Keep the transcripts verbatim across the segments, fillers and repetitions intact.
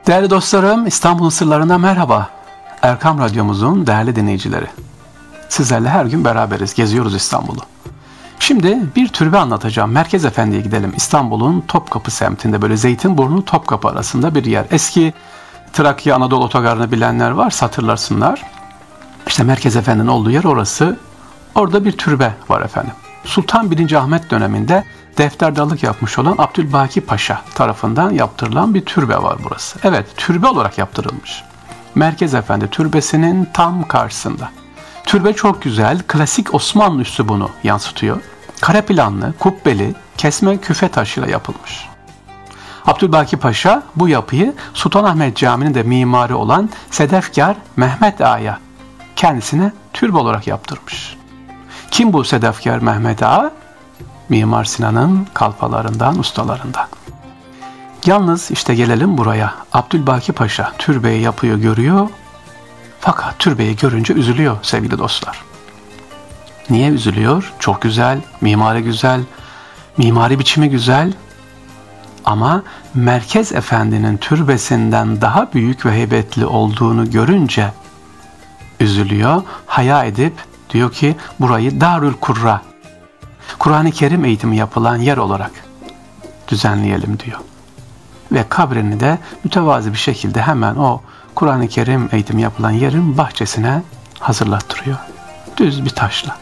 Değerli dostlarım, İstanbul'un sırlarına merhaba. Erkam Radyomuzun değerli dinleyicileri. Sizlerle her gün beraberiz, geziyoruz İstanbul'u. Şimdi bir türbe anlatacağım. Merkez Efendi'ye gidelim. İstanbul'un Topkapı semtinde, böyle Zeytinburnu Topkapı arasında bir yer. Eski Trakya Anadolu Otogarı'nı bilenler varsa hatırlasınlar. İşte Merkez Efendi'nin olduğu yer orası. Orada bir türbe var efendim. Sultan birinci. Ahmet döneminde defterdarlık yapmış olan Abdülbaki Paşa tarafından yaptırılan bir türbe var burası. Evet, türbe olarak yaptırılmış. Merkez Efendi türbesinin tam karşısında. Türbe çok güzel, klasik Osmanlı üslubunu yansıtıyor. Kare planlı, kubbeli, kesme küfe taşıyla yapılmış. Abdülbaki Paşa bu yapıyı Sultanahmet Camii'nin de mimarı olan Sedefkar Mehmet Ağa'ya kendisine türbe olarak yaptırmış. Kim bu Sedefkar Mehmet Ağa? Mimar Sinan'ın kalfalarından, ustalarından. Yalnız işte gelelim buraya. Abdülbaki Paşa türbeyi yapıyor, görüyor. Fakat türbeyi görünce üzülüyor sevgili dostlar. Niye üzülüyor? Çok güzel, mimari güzel, mimari biçimi güzel. Ama Merkez Efendi'nin türbesinden daha büyük ve heybetli olduğunu görünce üzülüyor. Haya edip diyor ki burayı Darül Kurra, Kur'an-ı Kerim eğitimi yapılan yer olarak düzenleyelim diyor. Ve kabrini de mütevazi bir şekilde hemen o Kur'an-ı Kerim eğitimi yapılan yerin bahçesine hazırlattırıyor. Düz bir taşla.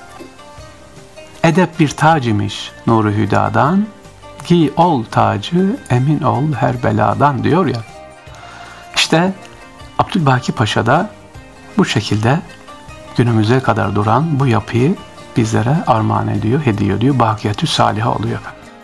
Edep bir tac imiş nuru hüdadan, giy ol tacı, emin ol her beladan diyor ya. İşte Abdülbaki Paşa da bu şekilde günümüze kadar duran bu yapıyı bizlere armağan ediyor, hediye ediyor. Bakiyatü Saliha oluyor.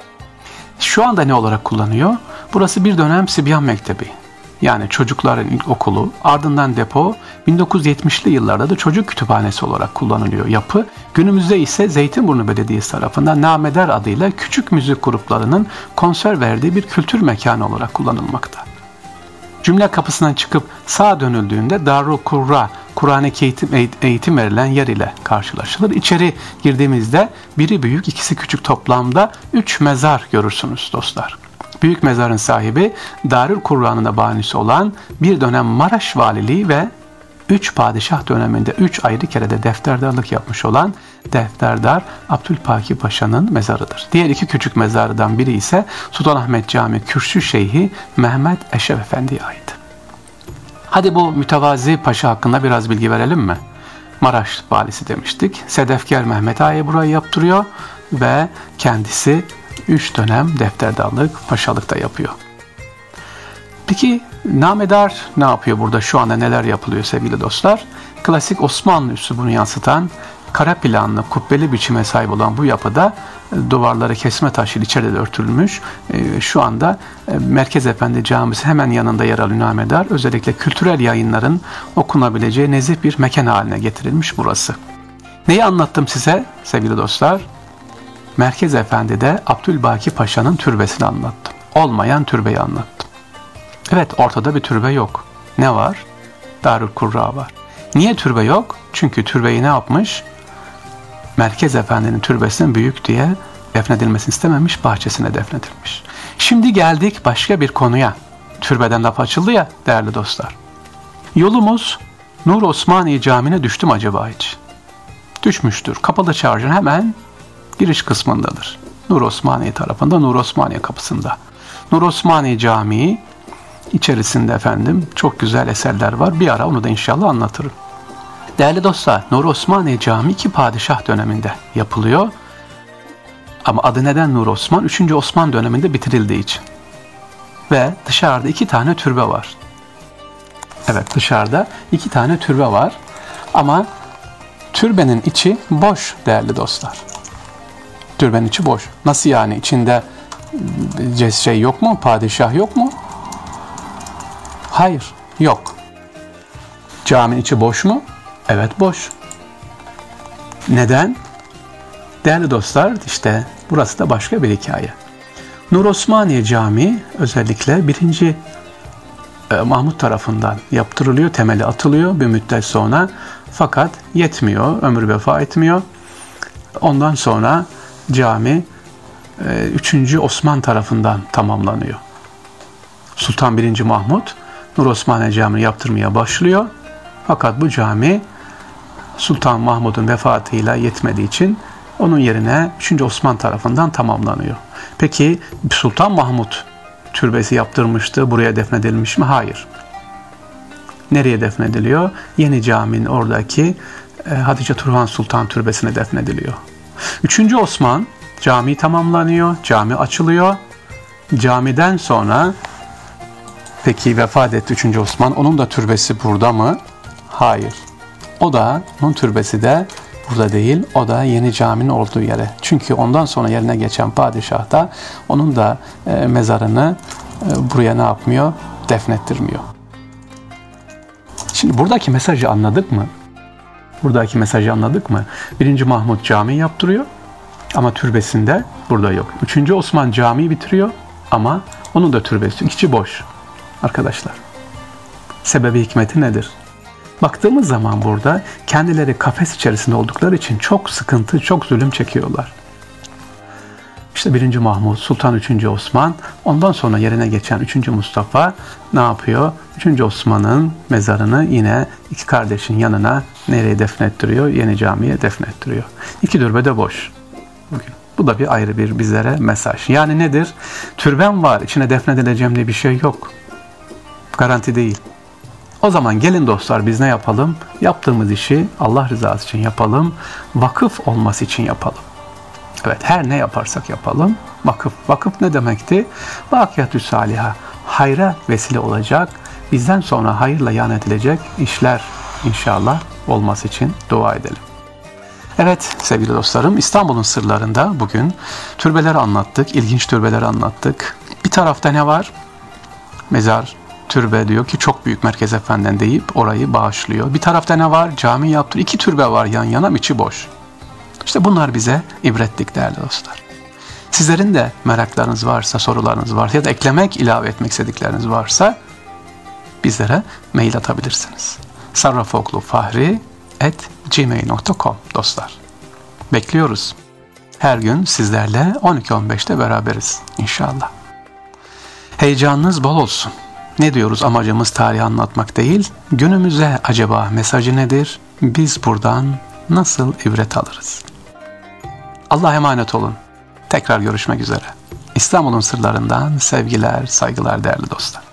Şu anda ne olarak kullanıyor? Burası bir dönem Sibyan Mektebi. Yani çocukların ilkokulu, ardından depo, bin dokuz yüz yetmişli yıllarda da çocuk kütüphanesi olarak kullanılıyor yapı. Günümüzde ise Zeytinburnu Belediyesi tarafından Nameder adıyla küçük müzik gruplarının konser verdiği bir kültür mekanı olarak kullanılmakta. Cümle kapısından çıkıp sağa dönüldüğünde Darül Kurra, Kur'an-ı Kerim eğitim verilen yer ile karşılaşılır. İçeri girdiğimizde biri büyük, ikisi küçük, toplamda üç mezar görürsünüz dostlar. Büyük mezarın sahibi Darül Kur'an'ın da banisi olan bir dönem Maraş Valiliği ve üç padişah döneminde üç ayrı kerede defterdarlık yapmış olan Defterdar Abdülbaki Paşa'nın mezarıdır. Diğer iki küçük mezardan biri ise Sultanahmet Camii Kürsü Şeyhi Mehmet Eşref Efendi'ye ait. Hadi bu mütevazi paşa hakkında biraz bilgi verelim mi? Maraş valisi demiştik. Sedefkar Mehmet Ağa'ya burayı yaptırıyor ve kendisi üç dönem defterdarlık, paşalık da yapıyor. Peki Namedar ne yapıyor burada? Şu anda neler yapılıyor sevgili dostlar? Klasik Osmanlı üslubunu yansıtan kare planlı, kubbeli biçime sahip olan bu yapıda duvarları kesme taşıyla içeride de örtülmüş. Şu anda Merkez Efendi Camisi hemen yanında yer alıyor Namedar. Özellikle kültürel yayınların okunabileceği nezih bir mekan haline getirilmiş burası. Neyi anlattım size sevgili dostlar? Merkez Efendi'de Abdülbaki Paşa'nın türbesini anlattım. Olmayan türbeyi anlattım. Evet, ortada bir türbe yok. Ne var? Darül Kurra var. Niye türbe yok? Çünkü türbeyi ne yapmış? Merkez Efendi'nin türbesinin büyük diye defnedilmesini istememiş, bahçesine defnedilmiş. Şimdi geldik başka bir konuya. Türbeden laf açıldı ya değerli dostlar. Yolumuz Nur Osmaniye Camii'ne düştü mü acaba hiç? Düşmüştür. Kapalı Çarşı'nın hemen giriş kısmındadır. Nur Osmaniye tarafında, Nur Osmaniye kapısında. Nur Osmaniye Camii içerisinde efendim çok güzel eserler var. Bir ara onu da inşallah anlatırım. Değerli dostlar, Nur Osmaniye Camii iki padişah döneminde yapılıyor. Ama adı neden Nur Osman? üçüncü Osman döneminde bitirildiği için. Ve dışarıda iki tane türbe var. Evet, dışarıda iki tane türbe var. Ama türbenin içi boş değerli dostlar. Türbenin içi boş. Nasıl yani? İçinde şey yok mu? Padişah yok mu? Hayır, yok. Caminin içi boş mu? Evet, boş. Neden? Değerli dostlar, işte burası da başka bir hikaye. Nur Osmaniye Camii özellikle birinci Mahmut tarafından yaptırılıyor, temeli atılıyor bir müddet sonra. Fakat yetmiyor, ömür vefa etmiyor. Ondan sonra cami üçüncü Osman tarafından tamamlanıyor. Sultan birinci Mahmut Nur Osmaniye Camii yaptırmaya başlıyor. Fakat bu cami Sultan Mahmud'un vefatıyla yetmediği için onun yerine üçüncü Osman tarafından tamamlanıyor. Peki Sultan Mahmud türbesi yaptırmıştı. Buraya defnedilmiş mi? Hayır. Nereye defnediliyor? Yeni Cami'nin oradaki e, Hatice Turhan Sultan Türbesi'ne defnediliyor. üçüncü Osman cami tamamlanıyor. Cami açılıyor. Camiden sonra peki vefat etti üçüncü Osman. Onun da türbesi burada mı? Hayır. O da, onun türbesi de burada değil. O da Yeni Cami'nin olduğu yere. Çünkü ondan sonra yerine geçen padişah da onun da e, mezarını e, buraya ne yapmıyor? Defnettirmiyor. Şimdi buradaki mesajı anladık mı? Buradaki mesajı anladık mı? Birinci Mahmud cami yaptırıyor ama türbesinde burada yok. Üçüncü Osman camiyi bitiriyor ama onun da türbesi, içi boş. Arkadaşlar, sebebi hikmeti nedir? Baktığımız zaman burada kendileri kafes içerisinde oldukları için çok sıkıntı, çok zulüm çekiyorlar. İşte birinci Mahmud, Sultan üçüncü Osman, ondan sonra yerine geçen üçüncü Mustafa ne yapıyor? üçüncü Osman'ın mezarını yine iki kardeşin yanına nereye defnettiriyor? Yeni Cami'ye defnettiriyor. İki türbe de boş. Bugün. Bu da bir ayrı bir bizlere mesaj. Yani nedir? Türbem var, içine defnedileceğim diye bir şey yok. Garanti değil. O zaman gelin dostlar biz ne yapalım? Yaptığımız işi Allah rızası için yapalım. Vakıf olması için yapalım. Evet, her ne yaparsak yapalım. Vakıf. Vakıf ne demekti? Vakiyatü saliha. Hayra vesile olacak. Bizden sonra hayırla yan edilecek işler inşallah olması için dua edelim. Evet sevgili dostlarım, İstanbul'un sırlarında bugün türbeleri anlattık. İlginç türbeleri anlattık. Bir tarafta ne var? Mezar, türbe diyor ki çok büyük Merkez Efendi'den deyip orayı bağışlıyor. Bir tarafta ne var? Cami yaptır. İki türbe var yan yana, içi boş. İşte bunlar bize ibretlik değerli dostlar. Sizlerin de meraklarınız varsa, sorularınız varsa ya da eklemek, ilave etmek istedikleriniz varsa bizlere mail atabilirsiniz. sarrafoglufahri at gmail nokta com dostlar. Bekliyoruz. Her gün sizlerle on iki on beşte beraberiz inşallah. Heyecanınız bol olsun. Ne diyoruz? Amacımız tarihi anlatmak değil. Günümüze acaba mesajı nedir? Biz buradan nasıl ibret alırız? Allah'a emanet olun. Tekrar görüşmek üzere. İstanbul'un sırlarından sevgiler, saygılar değerli dostlar.